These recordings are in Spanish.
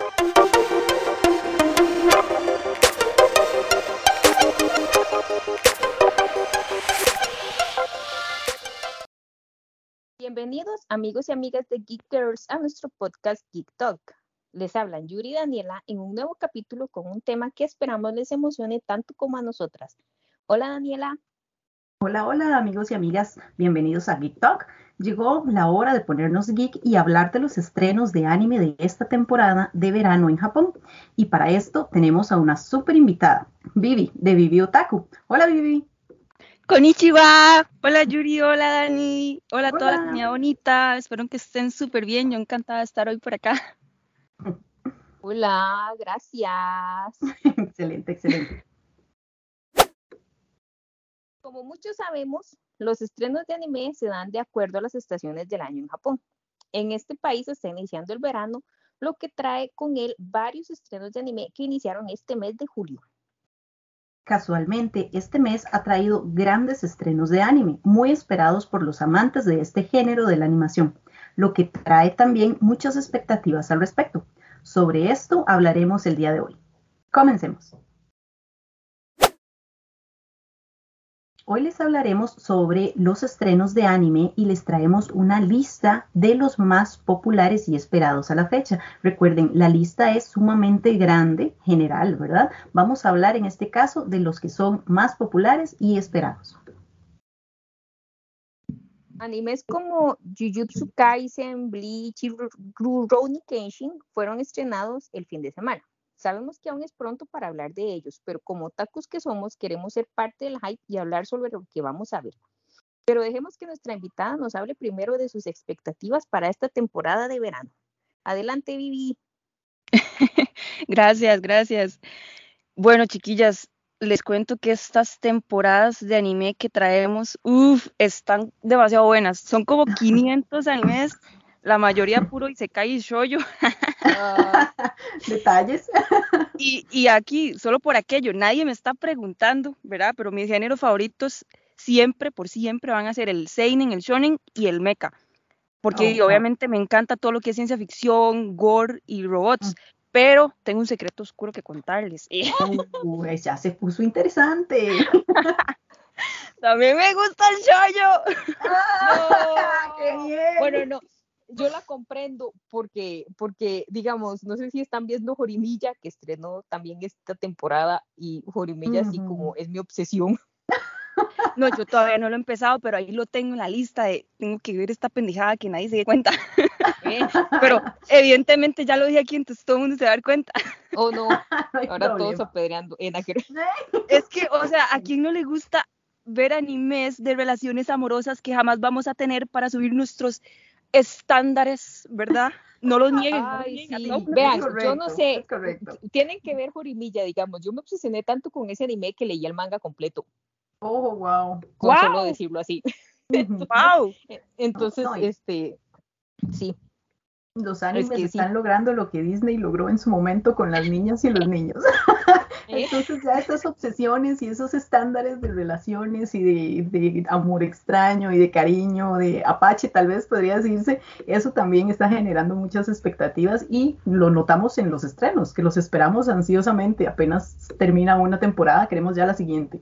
Bienvenidos amigos y amigas de Geek Girls a nuestro podcast Geek Talk. Les hablan Yuri y Daniela en un nuevo capítulo con un tema que esperamos les emocione tanto como a nosotras. Hola Daniela. Hola amigos y amigas, bienvenidos a Geek Talk. Llegó la hora de ponernos geek y hablar de los estrenos de anime de esta temporada de verano en Japón. Y para esto tenemos a una súper invitada, Vivi, de Vivi Otaku. Hola Vivi. Konnichiwa, hola Yuri, hola Dani, hola a toda la Hola. comunidad bonita, espero que estén súper bien, yo encantada de estar hoy por acá. Hola, gracias. Excelente. Como muchos sabemos, los estrenos de anime se dan de acuerdo a las estaciones del año en Japón. En este país está iniciando el verano, lo que trae con él varios estrenos de anime que iniciaron este mes de julio. Casualmente, este mes ha traído grandes estrenos de anime, muy esperados por los amantes de este género de la animación, lo que trae también muchas expectativas al respecto. Sobre esto hablaremos el día de hoy. Comencemos. Hoy les hablaremos sobre los estrenos de anime y les traemos una lista de los más populares y esperados a la fecha. Recuerden, la lista es sumamente grande, general, ¿verdad? Vamos a hablar en este caso de los que son más populares y esperados. Animes como Jujutsu Kaisen, Bleach y Rurouni Kenshin fueron estrenados el fin de semana. Sabemos que aún es pronto para hablar de ellos, pero como otakus que somos, queremos ser parte del hype y hablar sobre lo que vamos a ver. Pero dejemos que nuestra invitada nos hable primero de sus expectativas para esta temporada de verano. Adelante, Vivi. Gracias. Bueno, chiquillas, les cuento que estas temporadas de anime que traemos, están demasiado buenas. Son como 500 animes, la mayoría puro isekai y shoujo. Detalles. Y aquí, solo por aquello, nadie me está preguntando, ¿verdad? Pero mis géneros favoritos por siempre van a ser el seinen, el shonen y el mecha. Porque obviamente me encanta todo lo que es ciencia ficción, gore y robots, pero tengo un secreto oscuro que contarles. Ya se puso interesante. También me gusta el shoujo. No. ¡Qué bien! Bueno, no, yo la comprendo porque, digamos, no sé si están viendo Jorimilla, que estrenó también esta temporada, y Jorimilla así como es mi obsesión. No, yo todavía no lo he empezado, pero ahí lo tengo en la lista de tengo que ver esta pendejada que nadie se dé cuenta. Pero evidentemente ya lo dije aquí, entonces todo el mundo se va a dar cuenta. Oh, no, No hay ahora problema. todos apedreando. Es que, o sea, ¿a quién no le gusta ver animes de relaciones amorosas que jamás vamos a tener para subir nuestros estándares, ¿verdad? No los nieguen, Ay, sí. no. Vean, correcto, yo no sé, es correcto. tienen que ver Jorimilla, digamos. Yo me obsesioné tanto con ese anime que leí el manga completo. Oh, wow. Con solo decirlo así. Wow. Entonces, No, sí. los animes Es que sí. están logrando lo que Disney logró en su momento con las niñas y los niños. Entonces ya estas obsesiones y esos estándares de relaciones y de amor extraño y de cariño, de apache tal vez podría decirse, eso también está generando muchas expectativas y lo notamos en los estrenos, que los esperamos ansiosamente. Apenas termina una temporada, queremos ya la siguiente.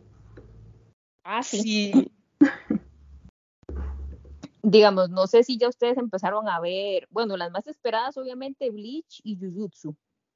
Sí. Digamos, no sé si ya ustedes empezaron a ver, bueno, las más esperadas obviamente Bleach y Jujutsu.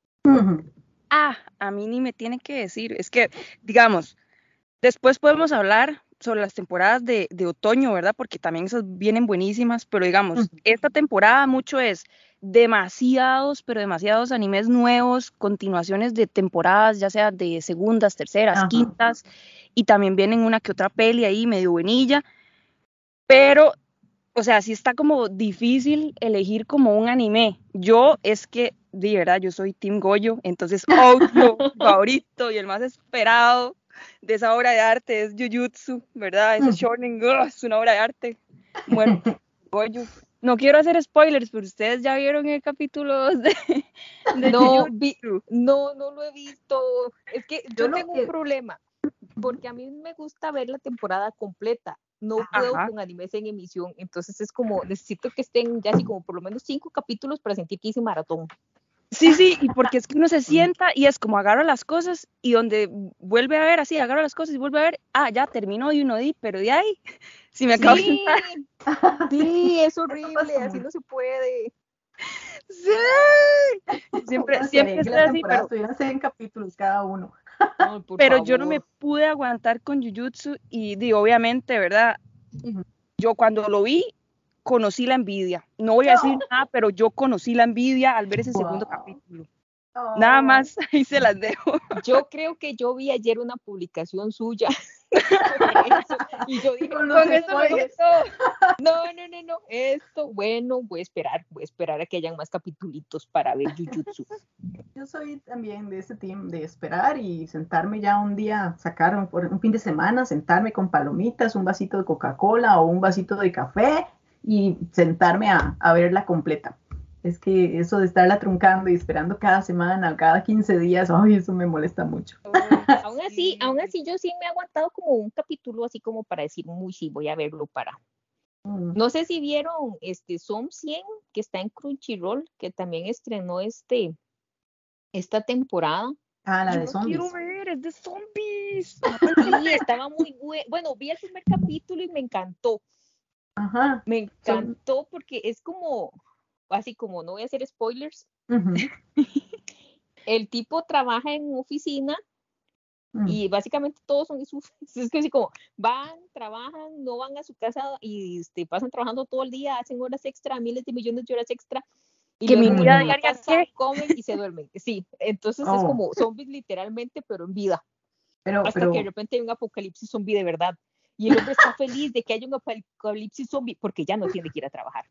A mí ni me tienen que decir, es que, digamos, después podemos hablar sobre las temporadas de otoño, ¿verdad? Porque también esas vienen buenísimas, pero digamos, esta temporada mucho es demasiados animes nuevos, continuaciones de temporadas, ya sea de segundas, terceras, quintas, y también vienen una que otra peli ahí medio buenilla, pero o sea, sí está como difícil elegir como un anime. Yo es que, de verdad, yo soy Team Goyo, entonces otro favorito y el más esperado de esa obra de arte es Jujutsu, ¿verdad? Ese shonen, es una obra de arte. Bueno, Goyo. No quiero hacer spoilers, pero ustedes ya vieron el capítulo 2 de Jujutsu. No lo he visto. Es que yo tengo un problema, porque a mí me gusta ver la temporada completa. No puedo con animes en emisión, entonces es como, necesito que estén ya así como por lo menos 5 capítulos para sentir que hice maratón. Sí, y porque es que uno se sienta y es como agarra las cosas y donde vuelve a ver así, agarra las cosas y vuelve a ver, ya terminó y uno pero de ahí, si me acabo de sentar. Sí, es Eso horrible, pasa así mucho. no se puede. Sí, siempre, Bueno, siempre que estoy las así, temporadas tuvieran 100 capítulos cada uno. No, por pero yo no me favor. pude aguantar con Jujutsu y obviamente, ¿verdad? Yo cuando lo vi, conocí la envidia. No voy a decir nada, pero yo conocí la envidia al ver ese segundo Wow. capítulo. Nada Oh. más, ahí se las dejo. Yo creo que yo vi ayer una publicación suya sobre eso y yo dije, Con los Con eso me spoilers. gustó. no, esto, bueno, voy a esperar a que hayan más capitulitos para ver Jujutsu. Yo soy también de ese team de esperar y sentarme ya un día, sacar por un fin de semana, sentarme con palomitas, un vasito de Coca-Cola o un vasito de café y sentarme a verla completa. Es que eso de estarla truncando y esperando cada semana o cada 15 días, ay, eso me molesta mucho. Aún así, yo sí me he aguantado como un capítulo así como para decir, muy sí, voy a verlo para. No sé si vieron Som 100, que está en Crunchyroll, que también estrenó esta temporada. La Yo de lo zombies. quiero ver, es de zombies. Sí, estaba muy bueno, vi el primer capítulo y me encantó. Ajá. Me encantó porque es como, así como, no voy a hacer spoilers, el tipo trabaja en una oficina y básicamente todos son es que así como van, trabajan, no van a su casa y pasan trabajando todo el día, hacen horas extra, miles de millones de horas extra y Que mi luego vida vuelven a la diaria es casa, que, comen y se duermen. Sí, entonces es como zombies literalmente, pero en vida. Hasta que de repente hay un apocalipsis zombie de verdad. Y el hombre está feliz de que haya un apocalipsis zombie porque ya no tiene que ir a trabajar.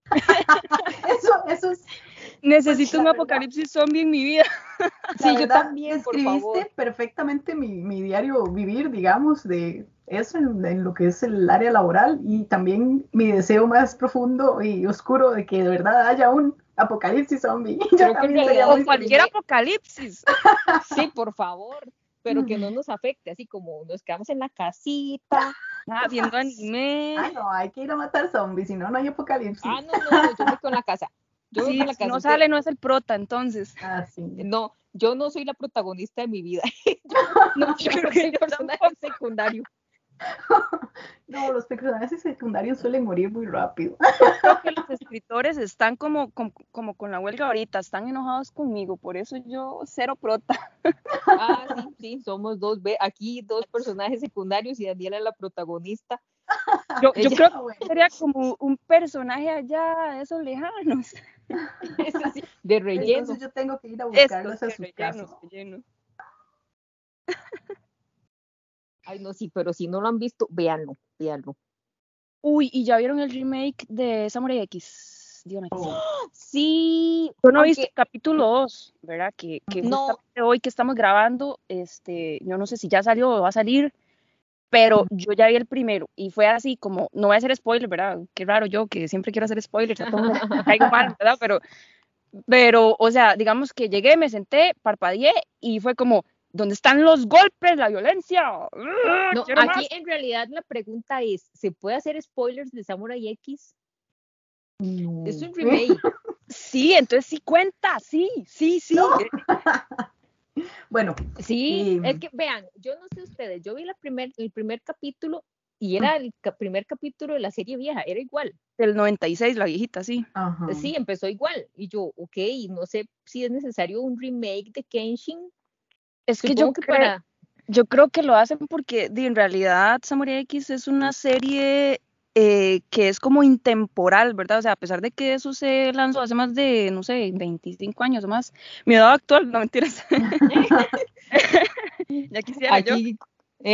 Eso es. necesito un apocalipsis zombie en mi vida. Sí, yo también, por favor. Describiste perfectamente mi diario vivir, digamos, de eso en lo que es el área laboral y también mi deseo más profundo y oscuro de que de verdad haya un apocalipsis zombie. Yo también sería O muy cualquier feliz. apocalipsis. Sí, por favor, pero que no nos afecte, así como nos quedamos en la casita. Viendo anime. No, hay que ir a matar zombies, si no, no hay apocalipsis. No, yo me quedo en la casa. Yo me Sí, quedo en la si casa. no sale, no es el prota, entonces. Sí. No, yo no soy la protagonista de mi vida. Yo creo soy que personaje secundario. No, los personajes secundarios suelen morir muy rápido. Creo que los escritores están como con la huelga ahorita, están enojados conmigo, por eso yo cero prota. Sí, somos aquí dos personajes secundarios y Daniela es la protagonista. Yo creo que sería como un personaje allá de esos lejanos. Sí, de relleno. Entonces yo tengo que ir a buscarlos a sus casas. Relleno. Ay, no, sí, pero si no lo han visto, véanlo. Uy, ¿y ya vieron el remake de Samurai X? Sí. Yo no he visto el capítulo 2, ¿verdad? Que no. justamente hoy que estamos grabando, yo no sé si ya salió o va a salir, pero yo ya vi el primero y fue así como, no voy a hacer spoiler, ¿verdad? Qué raro yo, que siempre quiero hacer spoilers, a todos me caigo mal, ¿verdad? Pero, o sea, digamos que llegué, me senté, parpadeé y fue como, ¿dónde están los golpes, la violencia? No, ¡Quiero aquí más! en realidad la pregunta es, ¿se puede hacer spoilers de Samurai X? No. Es un remake. Sí, entonces sí cuenta, sí. No. Bueno. Sí, es que vean, yo no sé ustedes, yo vi el primer capítulo y era el primer capítulo de la serie vieja, era igual. Del 96, la viejita, sí. Ajá. Sí, empezó igual. Y yo, ok, no sé si es necesario un remake de Kenshin. Es que yo creo que lo hacen porque en realidad Samurai X es una serie que es como intemporal, ¿verdad? O sea, a pesar de que eso se lanzó hace más de, no sé, 25 años o más, mi edad actual, no mentiras. Ya quisiera aquí, yo.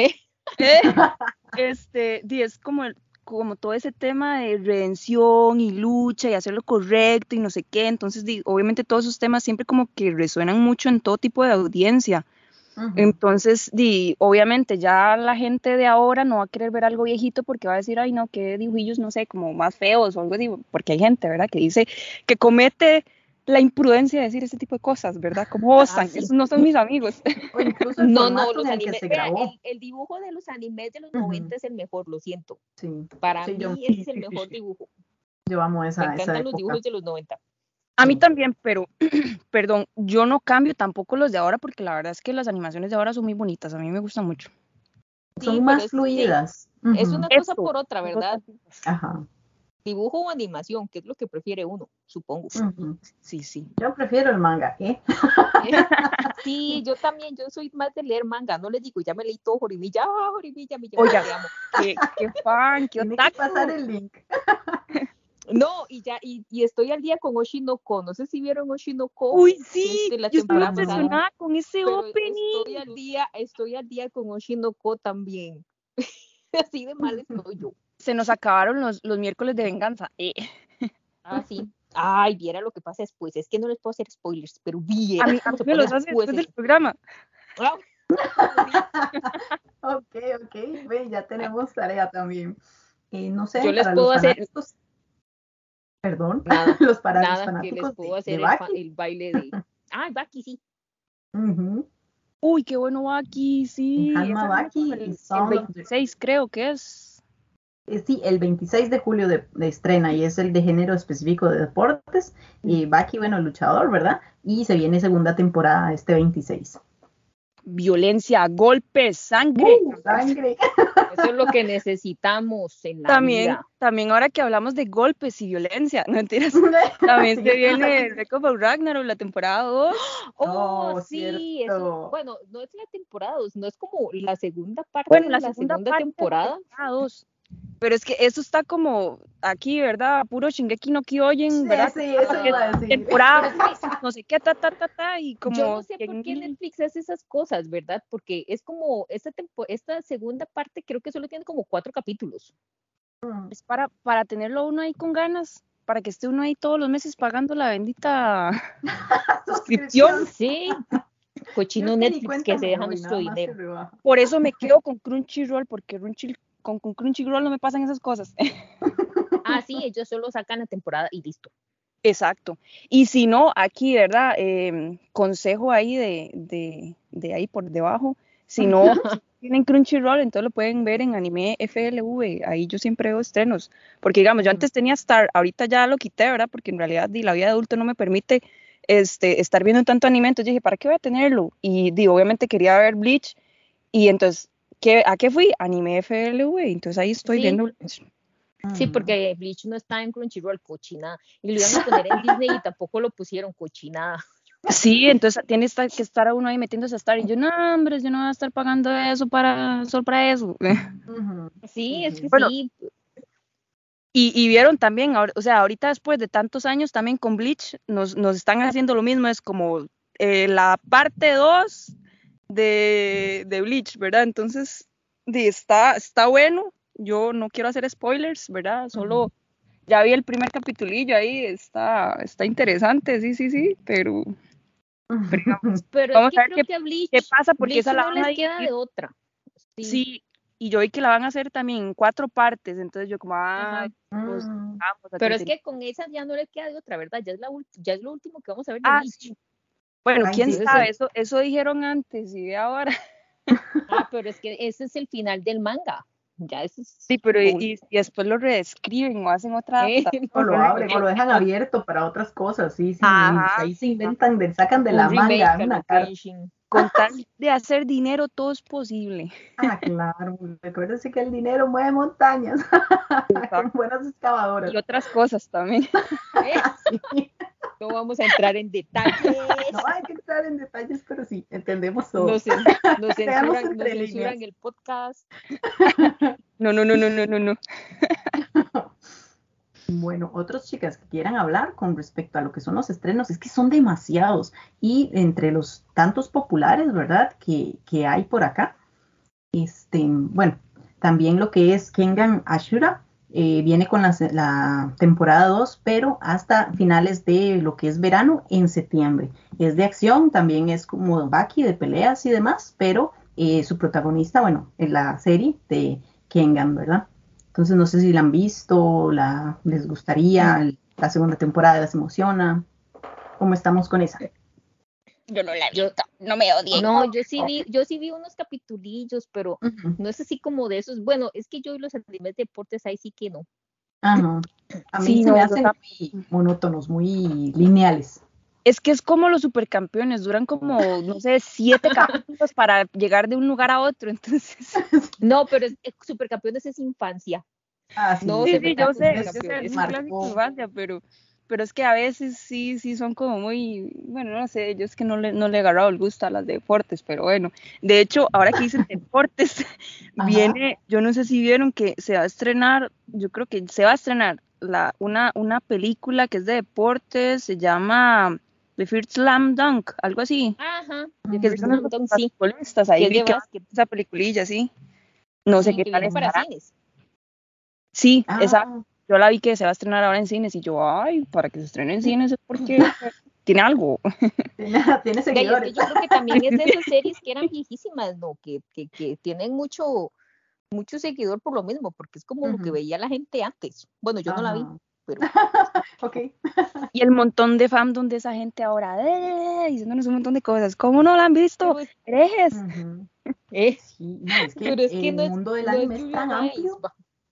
Es como todo ese tema de redención y lucha y hacer lo correcto y no sé qué, entonces obviamente todos esos temas siempre como que resuenan mucho en todo tipo de audiencia. Entonces, obviamente ya la gente de ahora no va a querer ver algo viejito porque va a decir, ay no, qué dibujillos, no sé, como más feos o algo así, porque hay gente, ¿verdad? Que dice, que comete la imprudencia de decir ese tipo de cosas, ¿verdad? Como osan, esos no son mis amigos. O incluso el formato en el que se grabó. El dibujo de los animes de los 90 es el mejor, lo siento. Sí. Para mí ese es el mejor dibujo. Yo amo esa Me encantan época. los dibujos de los 90. A mí también, pero, perdón, yo no cambio tampoco los de ahora porque la verdad es que las animaciones de ahora son muy bonitas, a mí me gustan mucho. Son más fluidas. Es una cosa Eso, por otra, ¿verdad? Ajá. Dibujo o animación, que es lo que prefiere uno, supongo. Sí. Yo prefiero el manga, ¿eh? Sí, yo también, yo soy más de leer manga, no les digo, ya me leí todo Jorimilla, Jorimilla, mi Oiga, te amo. qué fan, qué Tiene que otaku. pasar el link. No, y estoy al día con Oshinoko, no sé si vieron Oshinoko. Uy, sí, la yo estoy temporada pasada, obsesionada con ese pero opening. estoy al día con Oshinoko también. Así de mal estoy yo. Se nos acabaron los miércoles de venganza. Ah, sí. Ay, viera lo que pasa después. Es que no les puedo hacer spoilers, pero viera A mí cómo se me pone los hace después del programa. Ah, Ok, ve, ya tenemos tarea también. No sé, yo les para puedo los hacer fanáticos, perdón, nada, los nada que les fanáticos puedo hacer Baki. el baile de. Ah, Baki, sí. Uy, qué bueno Baki, sí. Hanma Baki el y Song of 26 creo que es. Sí, el 26 de julio de estrena y es el de género específico de deportes. Baki, bueno, luchador, ¿verdad? Y se viene segunda temporada este 26. Violencia, golpes, sangre. Sangre. Eso es lo que necesitamos en la vida. También ahora que hablamos de golpes y violencia, no mentiras, también se viene Record of Ragnarok, la temporada 2. Oh, sí, cierto. eso, bueno, no es la temporada 2, no es como la segunda parte Bueno, de la la segunda segunda parte temporada. de la temporada 2. Pero es que eso está como aquí, ¿verdad? Puro Shingeki no Kyojin, ¿verdad? Sí, eso iba a decir. Temporada, no sé qué, y como... Yo no sé por qué Netflix hace esas cosas, ¿verdad? Porque es como, esta segunda parte creo que solo tiene como 4 capítulos. Es para tenerlo uno ahí con ganas, para que esté uno ahí todos los meses pagando la bendita suscripción. Sí, cochino Netflix que se deja nuestro dinero. Por eso me quedo con Crunchyroll, porque con Crunchyroll no me pasan esas cosas. Ah, sí, ellos solo sacan la temporada y listo. Exacto. Y si no, aquí, ¿verdad? Consejo ahí de ahí por debajo. Si no tienen Crunchyroll, entonces lo pueden ver en Anime FLV. Ahí yo siempre veo estrenos. Porque, digamos, yo antes tenía Star, ahorita ya lo quité, ¿verdad? Porque en realidad la vida de adulto no me permite estar viendo tanto anime. Entonces dije, ¿para qué voy a tenerlo? Y obviamente quería ver Bleach. Y entonces, ¿a qué fui? Anime FLV. Entonces ahí estoy viendo Bleach. Sí, porque Bleach no está en Crunchyroll, cochinada. Y lo iban a poner en Disney y tampoco lo pusieron, cochinada. Sí, entonces tiene que estar uno ahí metiéndose a estar. Y yo, no, hombre, yo no voy a estar pagando eso solo para eso. Sí, es que bueno, sí. Y vieron también, o sea, ahorita después de tantos años también con Bleach, nos están haciendo lo mismo. Es como la parte 2 de Bleach, ¿verdad? Entonces, está bueno. Yo no quiero hacer spoilers, ¿verdad? Solo ya vi el primer capitulillo ahí, está interesante, sí, pero es vamos que a ver creo que a Bleach, qué pasa, porque Bleach esa la no van a les queda dividir. de otra. Sí, y yo vi que la van a hacer también en 4 partes, entonces yo como, pues vamos a pero es que con esa ya no les queda de otra, ¿verdad? Ya es lo último que vamos a ver de Bleach. Sí. Bueno, quién sabe, sí. eso dijeron antes y ahora. Pero es que ese es el final del manga. Ya eso es... Sí, pero y después lo reescriben o hacen otra adaptación. O lo abren, o lo dejan abierto para otras cosas, sí. Ahí se inventan, sacan de la manga una carta. Con tal de hacer dinero, todo es posible. Claro, recuérdense que el dinero mueve montañas con buenas excavadoras. Y otras cosas también. Sí. No vamos a entrar en detalles. No hay que entrar en detalles, pero sí, entendemos todo. Nos censuran el podcast. No. Bueno, otras chicas que quieran hablar con respecto a lo que son los estrenos, es que son demasiados. Y entre los tantos populares, ¿verdad? Que hay por acá. Bueno, también lo que es Kengan Ashura viene con la temporada 2, pero hasta finales de lo que es verano en septiembre. Es de acción, también es como Baki de peleas y demás, pero su protagonista, bueno, en la serie de Kengan, ¿verdad? Entonces no sé si la han visto, les gustaría, la segunda temporada les emociona. ¿Cómo estamos con esa? Yo no la he visto, no me odien. No, yo sí vi unos capitulillos, pero no es así como de esos. Bueno, es que yo y los animes de deportes ahí sí que no. Ajá. A mí Sí, se me no, hacen muy monótonos, muy lineales. es que es como los supercampeones, duran como, no sé, 7 capítulos para llegar de un lugar a otro, entonces. No, pero Supercampeones es infancia. Ah, sí, No Sí, se me sí, está yo con sé, Supercampeones. es un clásico de marcó. infancia, pero es que a veces sí son como muy, bueno, no sé, yo es que no le he agarrado el gusto a las deportes, pero bueno, de hecho, ahora que dicen deportes, Ajá. viene, yo no sé si vieron que se va a estrenar, yo creo que se va a estrenar una película que es de deportes, se llama The First Slam Dunk, algo así, Ajá, de que Mm, First son Slam los Dunk, sí, basquetbolistas, que ahí es vi de que va a básquet. ser esa peliculilla, sí, no sé Sí, qué que tal viene para estará. cines. Sí, esa, Ah, yo la vi que se va a estrenar ahora en cines y yo, ay, para que se estrene en cines es porque tiene algo. tiene De ahí es que seguidores. yo creo que también es de esas series que eran viejísimas, ¿no? Que tienen mucho seguidor por lo mismo, porque es como lo que Ujú. veía la gente antes. Bueno, yo no la vi, Ajá. pero Ok. Y el montón de fandom de esa gente ahora, diciéndonos un montón de cosas. ¿Cómo no la han visto? pero es, Herejes. Ujú. eh, Sí, no, es que pero es que el mundo del no es anime es Yu-Gi-Oh! tan Nice. amplio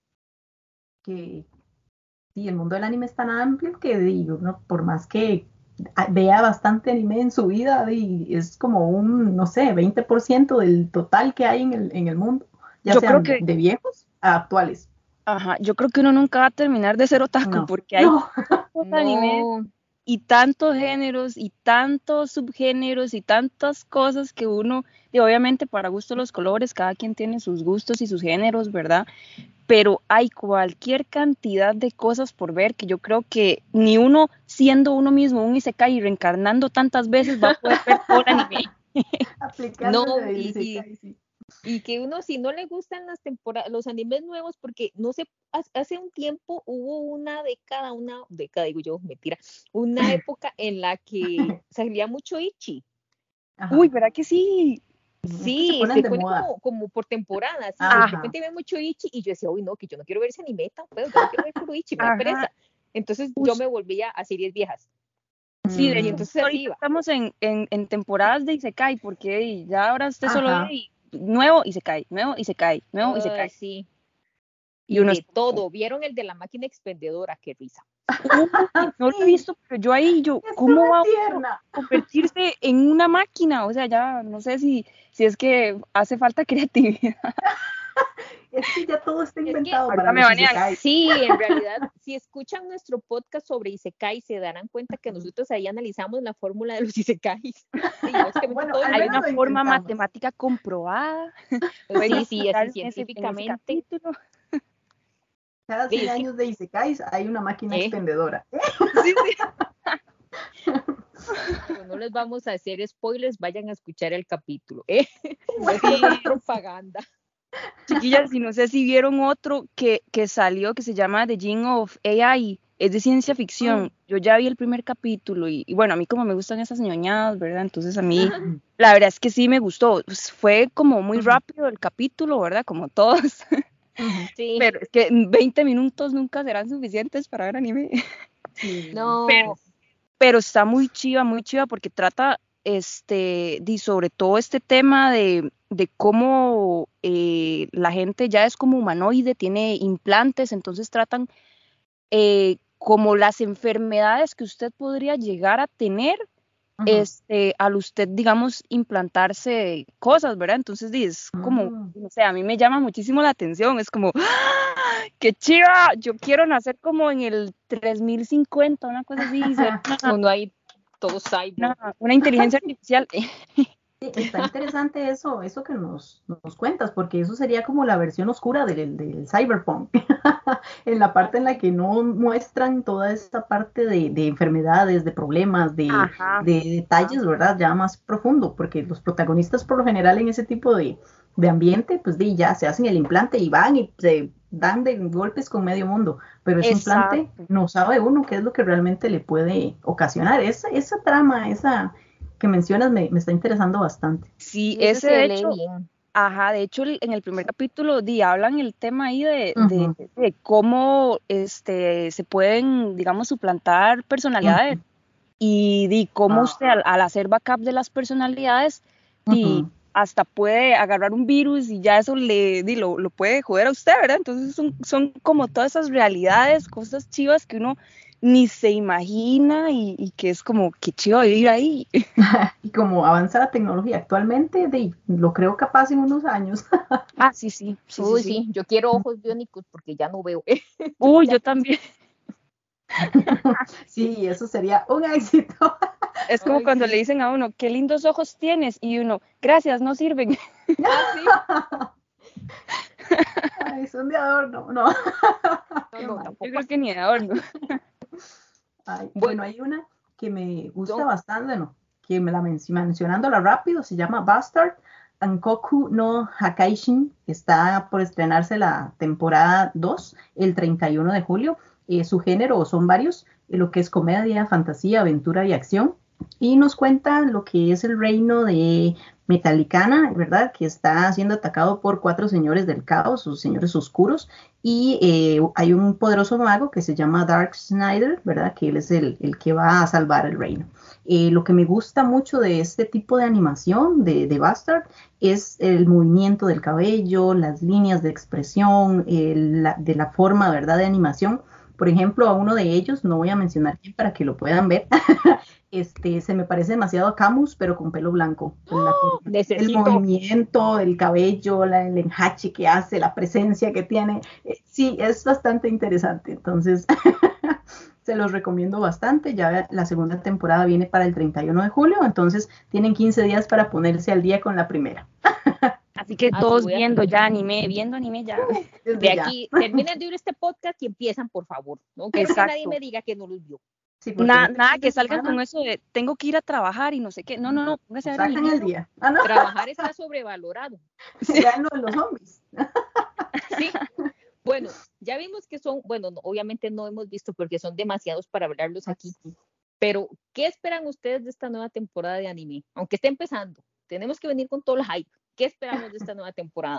que, sí, el mundo del anime es tan amplio que digo, no, por más que vea bastante anime en su vida, es como un, no sé, 20% del total que hay en el mundo, ya Yo creo sean que, de viejos a actuales. ajá, yo creo que uno nunca va a terminar de ser otaku No, porque hay no. tantos animes No, y tantos géneros y tantos subgéneros y tantas cosas que uno, y obviamente para gusto los colores, cada quien tiene sus gustos y sus géneros, ¿verdad? Pero hay cualquier cantidad de cosas por ver que yo creo que ni uno siendo uno mismo un isekai y reencarnando tantas veces va a poder ver todo el anime. Aplicándole no, de Isekai, sí. y que uno, si no le gustan las temporadas, los animes nuevos, porque no sé, hace un tiempo hubo una década, digo yo, mentira, una época en la que salía mucho Ichi. Uy, Ajá. ¿verdad que sí? Es que se Sí, ponen se de pone moda. como por temporada, sí, de Ajá, repente ve mucho Ichi y yo decía, uy, no, que yo no quiero ver ese anime tan feo, yo no quiero ver puro Ichi, me da ajá. pereza. Entonces yo Us- me volvía a series viejas sí, de y hecho, Mm, entonces así ahorita iba. estamos en temporadas de isekai porque ya ahora usted solo ve ajá. y nuevo isekai, nuevo isekai, nuevo Ay, isekai. sí, Y y uno es de como, todo. ¿Vieron el de la máquina expendedora? Qué risa. uy, no lo he Sí, visto, pero yo ahí, es ¿cómo una va uno a tierna. convertirse en una máquina? O sea, ya no sé si es que hace falta creatividad. Es que ya todo está Es que inventado para Ahorita me los banean. isekais. sí, en realidad, si escuchan nuestro podcast sobre Isekai, se darán cuenta que nosotros ahí analizamos la fórmula de los Isekais. Y básicamente Bueno, todo al Hay menos una lo forma intentamos. matemática comprobada. Pueden sí, sí, así encontrar en ese científicamente. capítulo. Cada Sí, 100 es que, años de isekais hay una máquina eh, expendedora. Sí, sí. pero no les vamos a hacer spoilers, vayan a escuchar el capítulo. No es por dar Sí, propaganda. chiquillas, y no sé si vieron otro que salió que se llama The Gene of AI, es de ciencia Mm. ficción. Yo ya vi el primer capítulo y bueno, a mí como me gustan esas ñoñadas, ¿verdad? Entonces a mí, la verdad es que sí me gustó. Pues, fue como muy Ujú, rápido el capítulo, ¿verdad? Como todos, ujú. Sí, pero es que 20 minutos nunca serán suficientes para ver anime. Sí, Pero, no, pero está muy chiva porque trata sobre todo este tema de cómo la gente ya es como humanoide, tiene implantes, entonces tratan como las enfermedades que usted podría llegar a tener ujú. al usted, digamos, implantarse cosas, ¿verdad? Entonces es como, Mm. no sé, a mí me llama muchísimo la atención, es como, ¡ah! ¡Qué chiva! Yo quiero nacer como en el 3050, una cosa así, y ser uno ahí todo una, cyborg. una inteligencia artificial. Sí, está interesante eso que nos cuentas, porque eso sería como la versión oscura del cyberpunk, en la parte en la que no muestran toda esta parte de enfermedades, de problemas, Ajá. de detalles, ¿verdad? Ya más profundo, porque los protagonistas por lo general en ese tipo de ambiente, pues ya se hacen el implante y van y se dan de golpes con medio mundo, pero ese implante Exacto. no sabe uno qué es lo que realmente le puede ocasionar. Esa trama, esa que mencionas me está interesando bastante. Sí, Sí, eso ese de se lee hecho, bien. ajá, de hecho en el primer capítulo hablan el tema ahí de, Ujú, de cómo se pueden, digamos, suplantar personalidades ujú, y cómo wow, usted al hacer backup de las personalidades, di, ujú, hasta puede agarrar un virus y ya eso lo puede joder a usted, ¿verdad? Entonces son como todas esas realidades, cosas chivas que uno ni se imagina y que es como, qué chido vivir ahí. Y como avanza la tecnología actualmente, lo creo capaz en unos años. Sí. Uy, sí, yo quiero ojos biónicos porque ya no veo. Uy, yo también. Sí, eso sería un éxito. Es como cuando le dicen a uno, qué lindos ojos tienes, y uno, gracias, no sirven. Ay, son de adorno, no. No, Yo creo que ni de adorno. Ay, bueno, hay una que me gusta bastante, bueno, que me la mencionándola rápido, se llama Bastard Ankoku no Hakaishin, está por estrenarse la temporada 2 el 31 de julio. Su género son varios, lo que es comedia, fantasía, aventura y acción. Y nos cuenta lo que es el reino de Metallicana, ¿verdad? Que está siendo atacado por 4 señores del caos, o señores oscuros, y hay un poderoso mago que se llama Dark Snyder, ¿verdad? Que él es el que va a salvar el reino. Lo que me gusta mucho de este tipo de animación de Bastard es el movimiento del cabello, las líneas de expresión, de la forma, ¿verdad? De animación. Por ejemplo, a uno de ellos, no voy a mencionar quién para que lo puedan ver, se me parece demasiado a Camus, pero con pelo blanco. El movimiento, el cabello, el enjache que hace, la presencia que tiene, sí, es bastante interesante. Entonces, se los recomiendo bastante. Ya la segunda temporada viene para el 31 de julio, entonces tienen 15 días para ponerse al día con la primera. Así que todos viendo anime ya. De aquí, terminen de oír este podcast y empiezan, por favor. No quiero que nadie me diga que no los vio. Sí, nada que salgan con eso de tengo que ir a trabajar y no sé qué. No, póngase a ver el día. No. Trabajar está sobrevalorado. Ya no los zombies. Sí. Bueno, ya vimos que son, bueno, obviamente no hemos visto porque son demasiados para hablarlos aquí. Pero, ¿qué esperan ustedes de esta nueva temporada de anime? Aunque esté empezando, tenemos que venir con todo el hype. ¿Qué esperamos de esta nueva temporada?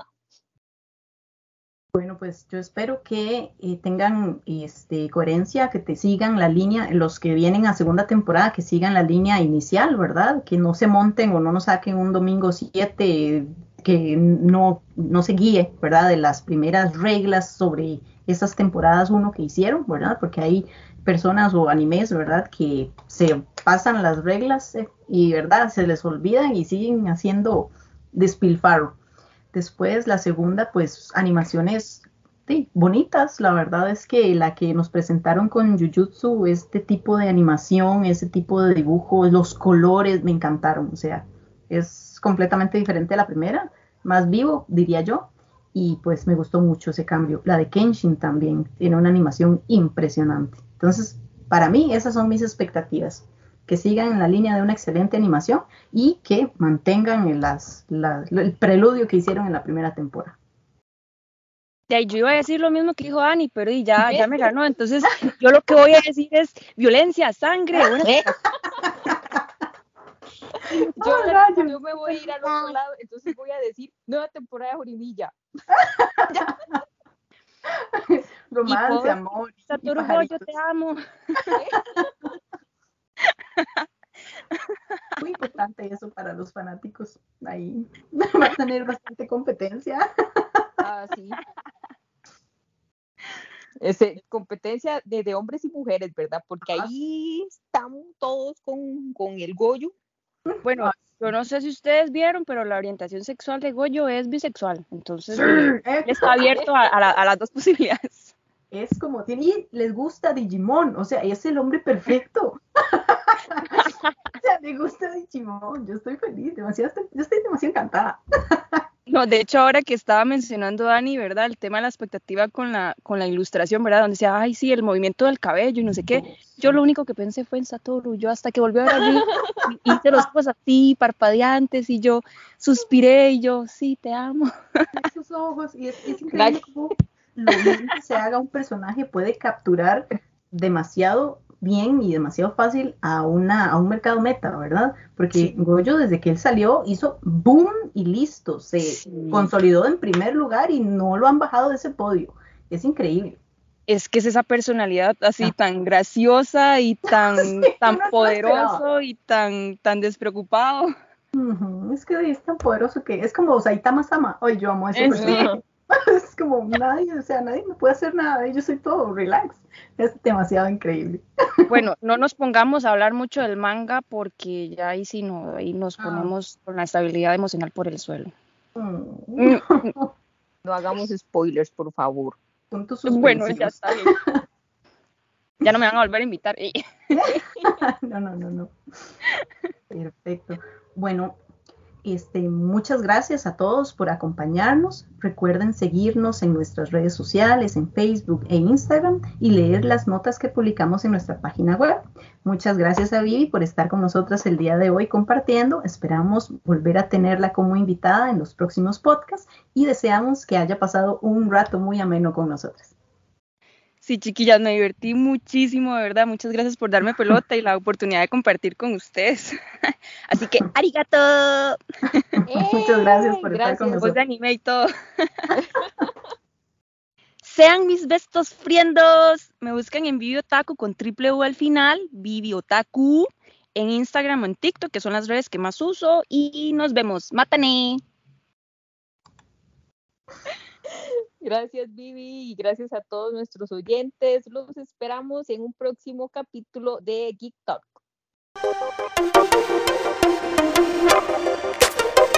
Bueno, pues yo espero que tengan coherencia, que te sigan la línea, los que vienen a segunda temporada, que sigan la línea inicial, ¿verdad? Que no se monten o no nos saquen un domingo 7, que no se guíe, ¿verdad? De las primeras reglas sobre esas temporadas 1 que hicieron, ¿verdad? Porque hay personas o animes, ¿verdad? Que se pasan las reglas y, ¿verdad? Se les olvidan y siguen haciendo despilfarro. Después la segunda, pues animaciones bonitas. La verdad es que la que nos presentaron con Jujutsu, este tipo de animación, ese tipo de dibujo, los colores me encantaron. O sea, es completamente diferente a la primera, más vivo, diría yo. Y pues me gustó mucho ese cambio. La de Kenshin también tiene una animación impresionante. Entonces, para mí, esas son mis expectativas. Que sigan en la línea de una excelente animación y que mantengan el preludio que hicieron en la primera temporada. Yo iba a decir lo mismo que dijo Dani, pero ya me ganó. Entonces, yo lo que voy a decir es violencia, sangre. Yo me voy a ir al otro lado, entonces voy a decir nueva temporada de Jorimilla. Romance, amor. Satoru, yo te amo. Muy importante eso para los fanáticos. Ahí va a tener bastante competencia. Sí. Competencia de hombres y mujeres, ¿verdad? Porque ahí estamos todos con el Goyo. Bueno, yo no sé si ustedes vieron, pero la orientación sexual de Goyo es bisexual. Entonces, está abierto a las dos posibilidades. Es como y les gusta Digimon, o sea, es el hombre perfecto. O sea, me gusta Digimon, yo estoy feliz, yo estoy demasiado encantada. No, de hecho, ahora que estaba mencionando Dani, ¿verdad? El tema de la expectativa con la ilustración, ¿verdad? Donde decía, ay, sí, el movimiento del cabello y no sé qué. Yo lo único que pensé fue en Satoru. Yo hasta que volvió a ver a Rick, hice los ojos así, parpadeantes, y yo suspiré y yo, sí, te amo. Esos ojos, y es increíble cómo lo bien que se haga un personaje puede capturar demasiado bien y demasiado fácil a un mercado meta, ¿verdad? Porque Goyo, desde que él salió, hizo boom y listo, se consolidó en primer lugar y no lo han bajado de ese podio. Es increíble. Es que es esa personalidad así tan graciosa y tan poderoso y tan despreocupado. Es que es tan poderoso que es como Saitama-sama. Ay, yo amo a ese personaje. Es como nadie me puede hacer nada. Yo soy todo, relax. Es demasiado increíble. Bueno, no nos pongamos a hablar mucho del manga porque ya ahí sí no, ahí nos ponemos con la estabilidad emocional por el suelo. No hagamos spoilers, por favor. Bueno, ya está bien. Ya no me van a volver a invitar. No. Perfecto. Bueno, muchas gracias a todos por acompañarnos. Recuerden seguirnos en nuestras redes sociales, en Facebook e Instagram, y leer las notas que publicamos en nuestra página web. Muchas gracias a Vivi por estar con nosotras el día de hoy compartiendo. Esperamos volver a tenerla como invitada en los próximos podcasts y deseamos que haya pasado un rato muy ameno con nosotras. Sí, chiquillas, me divertí muchísimo, de verdad. Muchas gracias por darme pelota y la oportunidad de compartir con ustedes. Así que, arigato. Muchas gracias por estar con nosotros. Voz de anime y todo. Sean mis bestos friendos. Me buscan en Vivi Otaku con triple U al final, Vivi Otaku, en Instagram o en TikTok, que son las redes que más uso. Y nos vemos. ¡Mátane! Gracias, Vivi, y gracias a todos nuestros oyentes. Los esperamos en un próximo capítulo de Geek Talk.